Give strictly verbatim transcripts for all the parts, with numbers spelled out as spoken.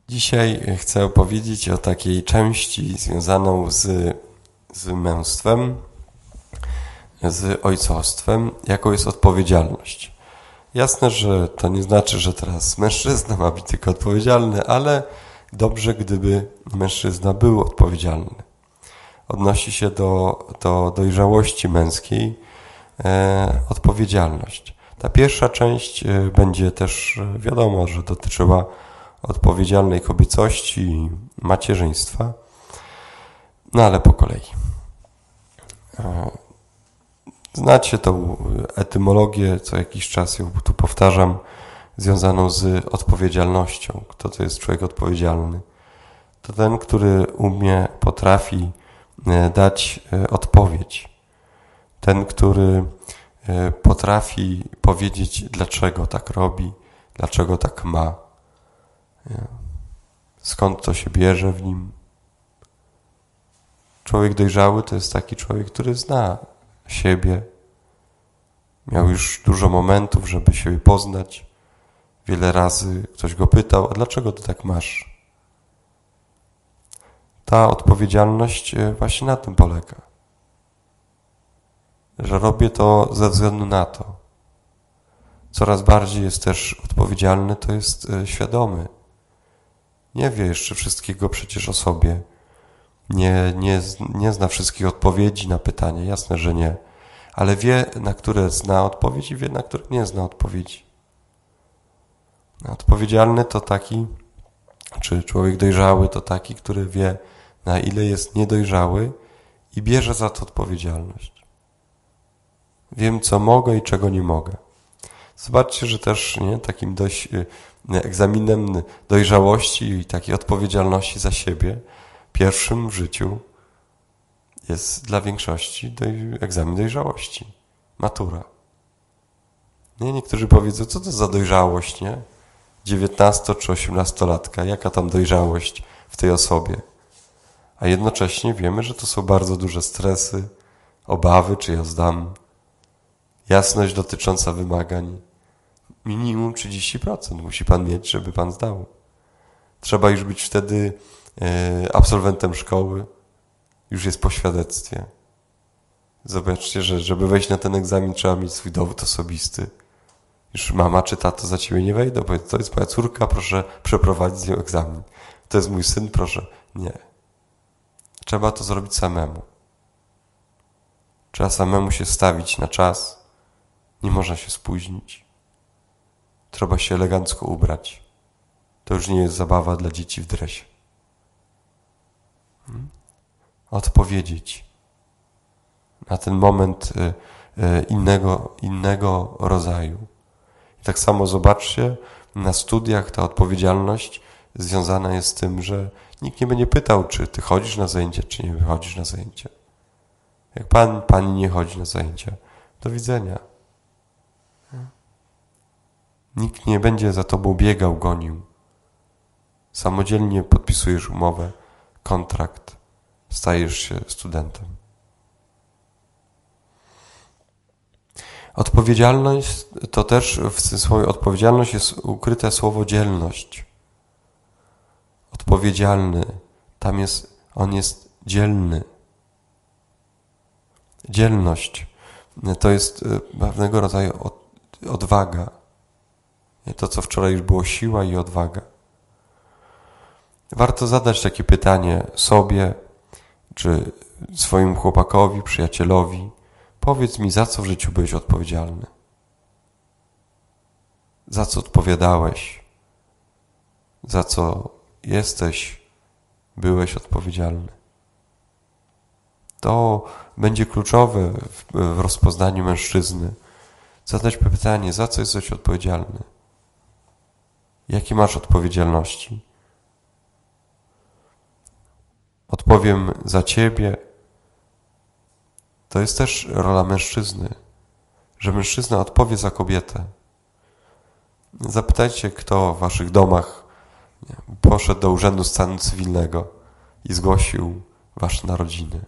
Dzisiaj chcę opowiedzieć o takiej części związaną z, z męstwem, z ojcostwem, jaką jest odpowiedzialność. Jasne, że to nie znaczy, że teraz mężczyzna ma być tylko odpowiedzialny, ale dobrze, gdyby mężczyzna był odpowiedzialny. Odnosi się do, do dojrzałości męskiej e, odpowiedzialność. Ta pierwsza część e, będzie też e, wiadomo, że dotyczyła odpowiedzialnej kobiecości i macierzyństwa. No ale po kolei. Znacie tą etymologię, co jakiś czas ją tu powtarzam, związaną z odpowiedzialnością. Kto to jest człowiek odpowiedzialny? To ten, który umie, potrafi dać odpowiedź. Ten, który potrafi powiedzieć, dlaczego tak robi, dlaczego tak ma. Skąd to się bierze w nim? Człowiek dojrzały to jest taki człowiek, który zna siebie. Miał już dużo momentów, żeby siebie poznać. Wiele razy ktoś go pytał, a dlaczego ty tak masz? Ta odpowiedzialność właśnie na tym polega. Że robię to ze względu na to. Coraz bardziej jest też odpowiedzialny, to jest świadomy. Nie wie jeszcze wszystkiego przecież o sobie. Nie, nie, nie zna wszystkich odpowiedzi na pytania. Jasne, że nie. Ale wie, na które zna odpowiedź i wie, na które nie zna odpowiedzi. Odpowiedzialny to taki, czy człowiek dojrzały to taki, który wie, na ile jest niedojrzały i bierze za to odpowiedzialność. Wiem, co mogę i czego nie mogę. Zobaczcie, że też nie, takim dość egzaminem dojrzałości i takiej odpowiedzialności za siebie pierwszym w życiu jest dla większości doj- egzamin dojrzałości. Matura. Nie? Niektórzy powiedzą, co to za dojrzałość, nie? dziewiętnasto czy osiemnastolatka, jaka tam dojrzałość w tej osobie? A jednocześnie wiemy, że to są bardzo duże stresy, obawy, czy ja zdam, jasność dotycząca wymagań. Minimum trzydzieści procent musi pan mieć, żeby pan zdał. Trzeba już być wtedy e, absolwentem szkoły, już jest po świadectwie. Zobaczcie, że żeby wejść na ten egzamin, trzeba mieć swój dowód osobisty. Już mama czy tato za ciebie nie wejdą, bo to jest moja córka, proszę przeprowadzić z nią egzamin. To jest mój syn, proszę. Nie. Trzeba to zrobić samemu. Trzeba samemu się stawić na czas. Nie można się spóźnić. Trzeba się elegancko ubrać. To już nie jest zabawa dla dzieci w dresie. Hmm? Odpowiedzieć na ten moment innego, innego rodzaju. I tak samo zobaczcie, na studiach ta odpowiedzialność związana jest z tym, że nikt nie będzie pytał, czy ty chodzisz na zajęcia, czy nie chodzisz na zajęcia. Jak pan, pani nie chodzi na zajęcia, do widzenia. Nikt nie będzie za tobą biegał, gonił. Samodzielnie podpisujesz umowę, kontrakt, stajesz się studentem. Odpowiedzialność to też w słowie odpowiedzialność jest ukryte słowo dzielność. Odpowiedzialny, tam jest, on jest dzielny. Dzielność to jest pewnego rodzaju odwaga. To, co wczoraj już było siła i odwaga. Warto zadać takie pytanie sobie, czy swoim chłopakowi, przyjacielowi. Powiedz mi, za co w życiu byłeś odpowiedzialny? Za co odpowiadałeś? Za co jesteś, byłeś odpowiedzialny? To będzie kluczowe w, w rozpoznaniu mężczyzny. Zadać pytanie, za co jesteś odpowiedzialny? Jakie masz odpowiedzialności? Odpowiem za ciebie. To jest też rola mężczyzny, że mężczyzna odpowie za kobietę. Zapytajcie, kto w waszych domach poszedł do Urzędu Stanu Cywilnego i zgłosił wasze narodziny.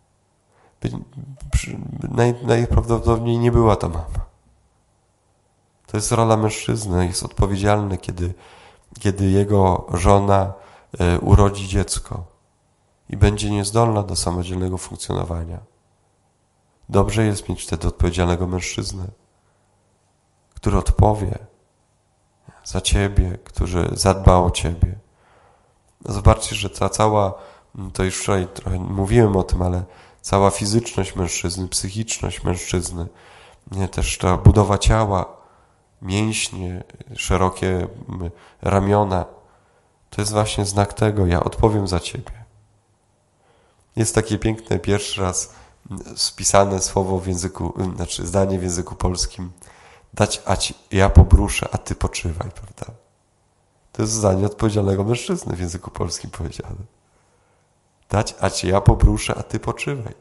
Naj, najprawdopodobniej nie była to mama. To jest rola mężczyzny, jest odpowiedzialny, kiedy kiedy jego żona urodzi dziecko i będzie niezdolna do samodzielnego funkcjonowania. Dobrze jest mieć wtedy odpowiedzialnego mężczyznę, który odpowie za ciebie, który zadba o ciebie. Zobaczcie, że ta cała, to już wczoraj trochę mówiłem o tym, ale cała fizyczność mężczyzny, psychiczność mężczyzny, nie, też ta budowa ciała, mięśnie, szerokie ramiona, to jest właśnie znak tego, ja odpowiem za ciebie. Jest takie piękne, pierwszy raz spisane słowo w języku, znaczy zdanie w języku polskim, dać, a ci, ja pobruszę, a ty poczywaj, prawda? To jest zdanie odpowiedzialnego mężczyzny w języku polskim powiedziane. Dać, a ci ja pobruszę, a ty poczywaj.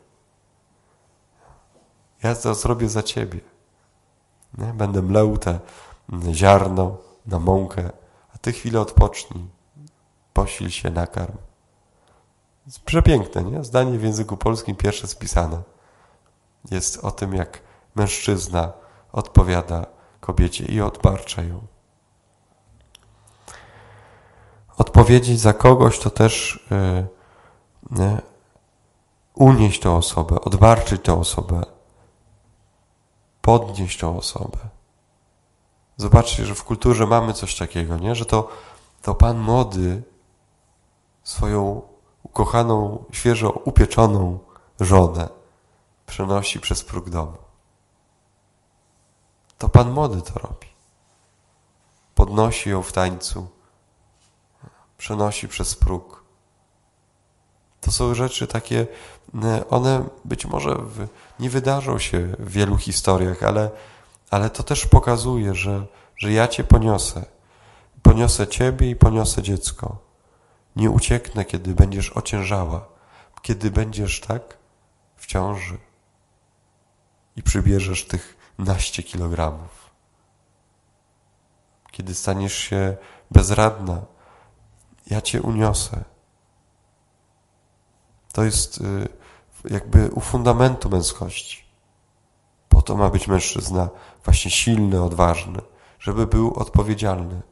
Ja to zrobię za ciebie. Nie? Będę mleł te ziarno na mąkę, a ty chwilę odpocznij. Posil się, nakarm. Jest przepiękne, nie? Zdanie w języku polskim pierwsze spisane. Jest o tym, jak mężczyzna odpowiada kobiecie i odbarcza ją. Odpowiedzieć za kogoś to też yy, nie? unieść tę osobę, odbarczyć tę osobę, podnieść tę osobę. Zobaczcie, że w kulturze mamy coś takiego, nie? Że to, to Pan młody swoją ukochaną, świeżo upieczoną żonę przenosi przez próg domu. To Pan młody to robi. Podnosi ją w tańcu, przenosi przez próg. To są rzeczy takie, one być może w, nie wydarzą się w wielu historiach, ale, ale to też pokazuje, że, że ja Cię poniosę. Poniosę Ciebie i poniosę dziecko. Nie ucieknę, kiedy będziesz ociężała, kiedy będziesz tak w ciąży i przybierzesz tych naście kilogramów. Kiedy staniesz się bezradna, ja Cię uniosę. To jest jakby u fundamentu męskości. Po to ma być mężczyzna właśnie silny, odważny, żeby był odpowiedzialny.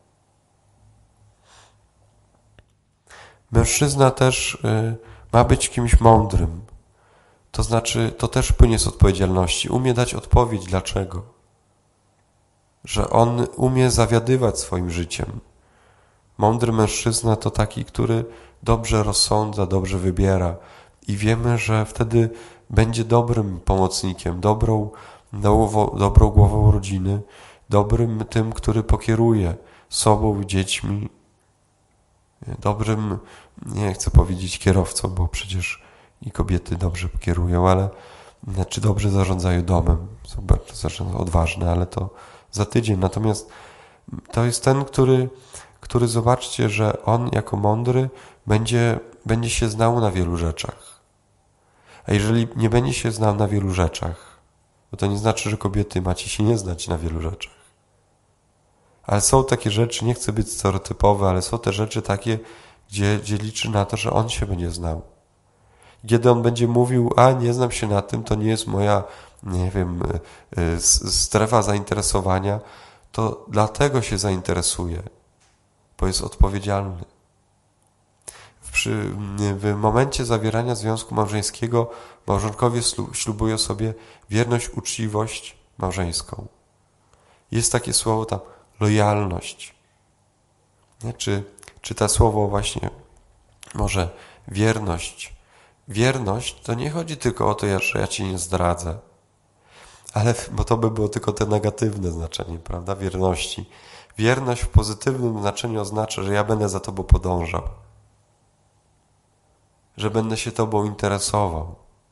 Mężczyzna też ma być kimś mądrym. To znaczy, to też płynie z odpowiedzialności. Umie dać odpowiedź dlaczego. Że on umie zawiadywać swoim życiem. Mądry mężczyzna to taki, który dobrze rozsądza, dobrze wybiera i wiemy, że wtedy będzie dobrym pomocnikiem, dobrą, dobrą głową rodziny, dobrym tym, który pokieruje sobą i dziećmi, dobrym, nie chcę powiedzieć kierowcą, bo przecież i kobiety dobrze kierują, ale czy dobrze zarządzają domem, są bardzo odważne, ale to za tydzień. Natomiast to jest ten, który który zobaczcie, że on jako mądry będzie, będzie się znał na wielu rzeczach. A jeżeli nie będzie się znał na wielu rzeczach, bo to nie znaczy, że kobiety macie się nie znać na wielu rzeczach. Ale są takie rzeczy, nie chcę być stereotypowy, ale są te rzeczy takie, gdzie, gdzie liczy na to, że on się będzie znał. Kiedy on będzie mówił, a nie znam się na tym, to nie jest moja, nie wiem, strefa zainteresowania, to dlatego się zainteresuje, bo jest odpowiedzialny. Przy, w momencie zawierania związku małżeńskiego małżonkowie ślubują sobie wierność, uczciwość małżeńską. Jest takie słowo tam, lojalność. Nie? Czy, czy to słowo właśnie, może wierność. Wierność to nie chodzi tylko o to, że ja Cię nie zdradzę, ale, bo to by było tylko te negatywne znaczenie, prawda, wierności. Wierność w pozytywnym znaczeniu oznacza, że ja będę za Tobą podążał, że będę się Tobą interesował,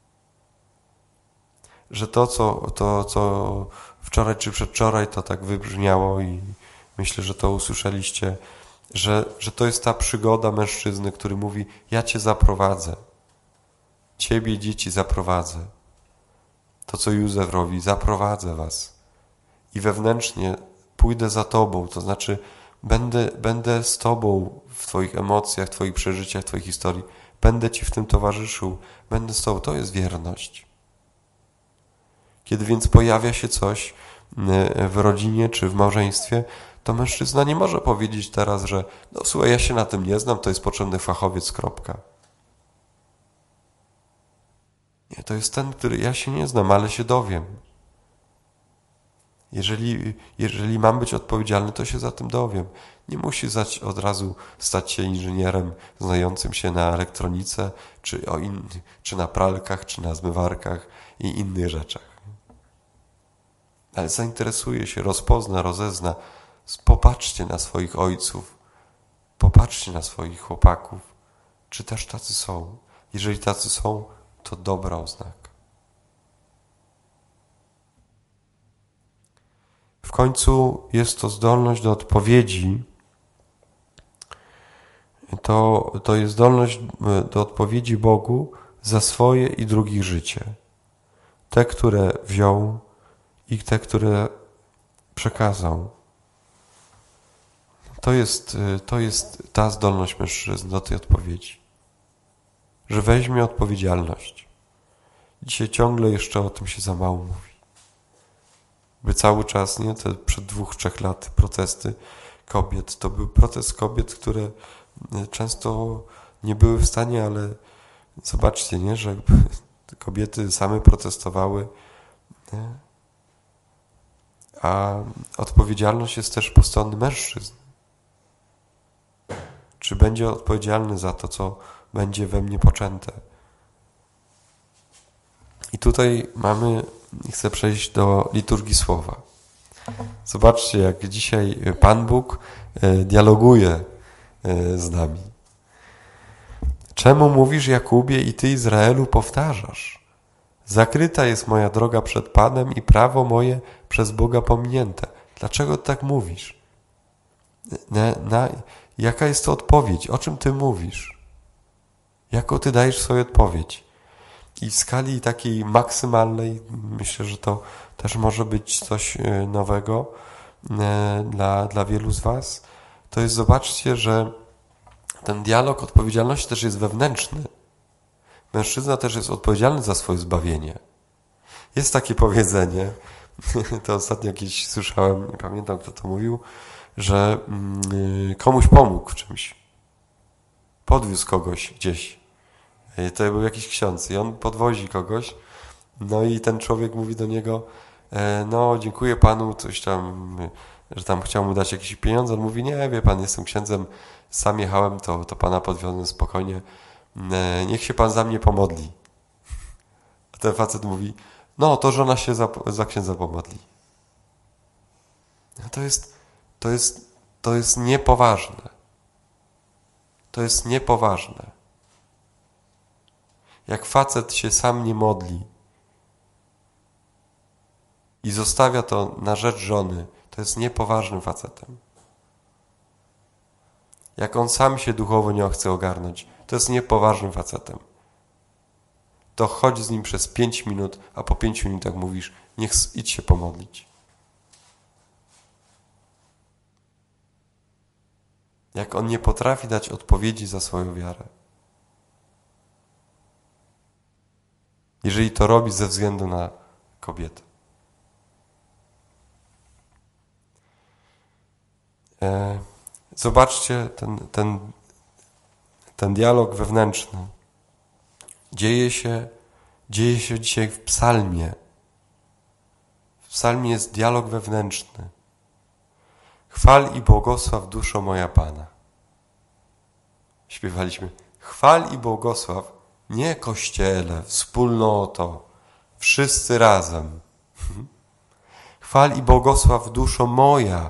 że to, co, to, co wczoraj czy przedwczoraj to tak wybrzmiało i myślę, że to usłyszeliście, że, że to jest ta przygoda mężczyzny, który mówi, ja Cię zaprowadzę, Ciebie i dzieci zaprowadzę. To, co Józef robi, zaprowadzę was i wewnętrznie pójdę za Tobą, to znaczy będę, będę z Tobą w Twoich emocjach, Twoich przeżyciach, Twojej historii, będę Ci w tym towarzyszył, będę z Tobą. To jest wierność. Kiedy więc pojawia się coś w rodzinie czy w małżeństwie, to mężczyzna nie może powiedzieć teraz, że no słuchaj, ja się na tym nie znam, to jest potrzebny fachowiec, kropka. Nie, to jest ten, który ja się nie znam, ale się dowiem. Jeżeli, jeżeli mam być odpowiedzialny, to się za tym dowiem. Nie musi zać, od razu stać się inżynierem znającym się na elektronice, czy, o in, czy na pralkach, czy na zmywarkach i innych rzeczach. Ale zainteresuje się, rozpozna, rozezna. Popatrzcie na swoich ojców, popatrzcie na swoich chłopaków, czy też tacy są. Jeżeli tacy są, to dobra oznaka. W końcu jest to zdolność do odpowiedzi. To, to jest zdolność do odpowiedzi Bogu za swoje i drugich życie. Te, które wziął i te, które przekazał. To jest, to jest ta zdolność mężczyzn do tej odpowiedzi. Że weźmie odpowiedzialność. Dzisiaj ciągle jeszcze o tym się za mało mówi. By cały czas, nie, te przed dwóch, trzech lat protesty kobiet, to był protest kobiet, które często nie były w stanie, ale zobaczcie, nie, że kobiety same protestowały, nie? A odpowiedzialność jest też po stronie mężczyzn. Czy będzie odpowiedzialny za to, co będzie we mnie poczęte? I tutaj mamy, chcę przejść do liturgii słowa. Zobaczcie, jak dzisiaj Pan Bóg dialoguje z nami. Czemu mówisz, Jakubie, i ty, Izraelu, powtarzasz? Zakryta jest moja droga przed Panem i prawo moje przez Boga pominięte. Dlaczego tak mówisz? Na, na, jaka jest to odpowiedź? O czym ty mówisz? Jaką ty dajesz swoją odpowiedź? I w skali takiej maksymalnej, myślę, że to też może być coś nowego dla, dla wielu z was, to jest, zobaczcie, że ten dialog odpowiedzialności też jest wewnętrzny. Mężczyzna też jest odpowiedzialny za swoje zbawienie. Jest takie powiedzenie, to ostatnio jakieś słyszałem, nie pamiętam kto to mówił, że komuś pomógł w czymś. Podwiózł kogoś gdzieś. To był jakiś ksiądz i on podwozi kogoś, no i ten człowiek mówi do niego, no dziękuję Panu, coś tam, że tam chciał mu dać jakieś pieniądze. On mówi, nie, wie Pan, jestem księdzem, sam jechałem, to, to Pana podwiozłem spokojnie, niech się Pan za mnie pomodli. A ten facet mówi, no to żona się za, za księdza pomodli. To jest, to jest, to jest niepoważne. To jest niepoważne. Jak facet się sam nie modli i zostawia to na rzecz żony, to jest niepoważnym facetem. Jak on sam się duchowo nie chce ogarnąć, to jest niepoważnym facetem. To chodź z nim przez pięć minut, a po pięciu minutach mówisz, niech idź się pomodlić. Jak on nie potrafi dać odpowiedzi za swoją wiarę. Jeżeli to robi ze względu na kobietę. E, zobaczcie ten, ten, ten dialog wewnętrzny. Dzieje się, dzieje się dzisiaj w psalmie. W psalmie jest dialog wewnętrzny. Chwal i błogosław duszo moja Pana. Śpiewaliśmy. Chwal i błogosław, nie Kościele, wspólnoto, wszyscy razem. Chwal i błogosław duszo moja.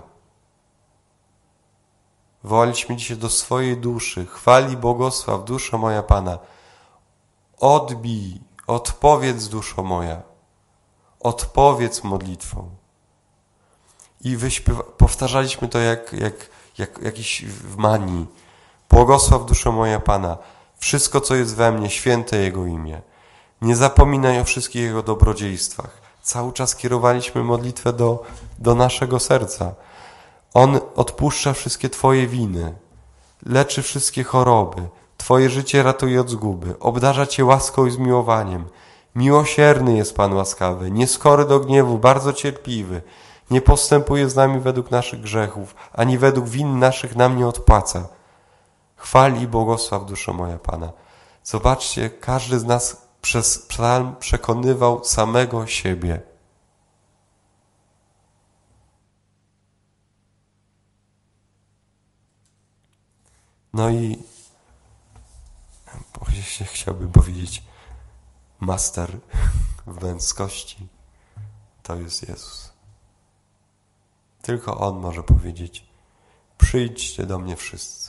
Wołaliśmy dzisiaj do swojej duszy. Chwal i błogosław duszo moja Pana. Odbij, odpowiedz duszo moja. Odpowiedz modlitwą. I wyśpiewa, powtarzaliśmy to jak, jak, jak jakiś w manii. Błogosław duszo moja Pana. Wszystko, co jest we mnie, święte Jego imię. Nie zapominaj o wszystkich Jego dobrodziejstwach. Cały czas kierowaliśmy modlitwę do, do naszego serca. On odpuszcza wszystkie Twoje winy. Leczy wszystkie choroby. Twoje życie ratuje od zguby. Obdarza Cię łaską i zmiłowaniem. Miłosierny jest Pan łaskawy. Nieskory do gniewu, bardzo cierpliwy. Nie postępuje z nami według naszych grzechów, ani według win naszych nam nie odpłaca. Chwal i błogosław duszo moja Pana. Zobaczcie, każdy z nas przez psalm przekonywał samego siebie. No i chciałbym powiedzieć, master w męskości to jest Jezus. Tylko On może powiedzieć: przyjdźcie do mnie wszyscy,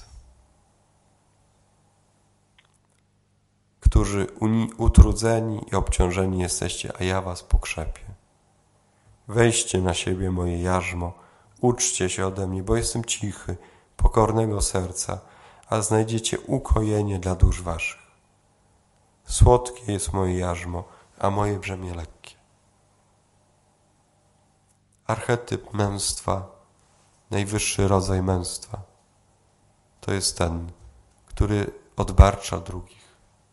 którzy utrudzeni i obciążeni jesteście, a ja was pokrzepię. Weźcie na siebie moje jarzmo, uczcie się ode mnie, bo jestem cichy, pokornego serca, a znajdziecie ukojenie dla dusz waszych. Słodkie jest moje jarzmo, a moje brzemię lekkie. Archetyp męstwa, najwyższy rodzaj męstwa, to jest ten, który odbarcza drugich,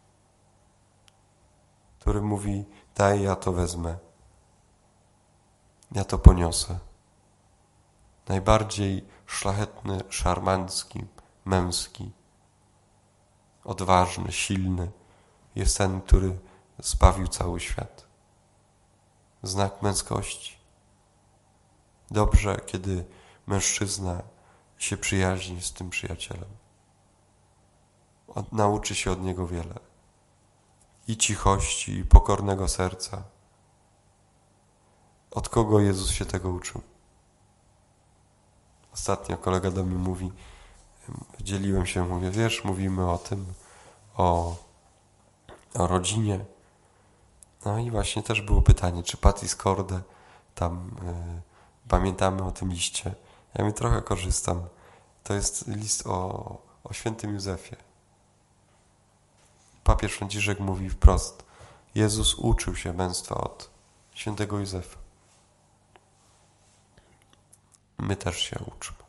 który mówi: daj, ja to wezmę, ja to poniosę. Najbardziej szlachetny, szarmancki, męski, odważny, silny jest ten, który zbawił cały świat. Znak męskości. Dobrze, kiedy mężczyzna się przyjaźni z tym przyjacielem. Nauczy się od niego wiele. I cichości, i pokornego serca. Od kogo Jezus się tego uczył? Ostatnio kolega do mnie mówi, dzieliłem się, mówię, wiesz, mówimy o tym, o, o rodzinie. No i właśnie też było pytanie, czy Patris Corde, tam y, pamiętamy o tym liście. Ja mi trochę korzystam. To jest list o, o świętym Józefie. Papież Franciszek mówi wprost: Jezus uczył się męstwa od świętego Józefa. My też się uczymy.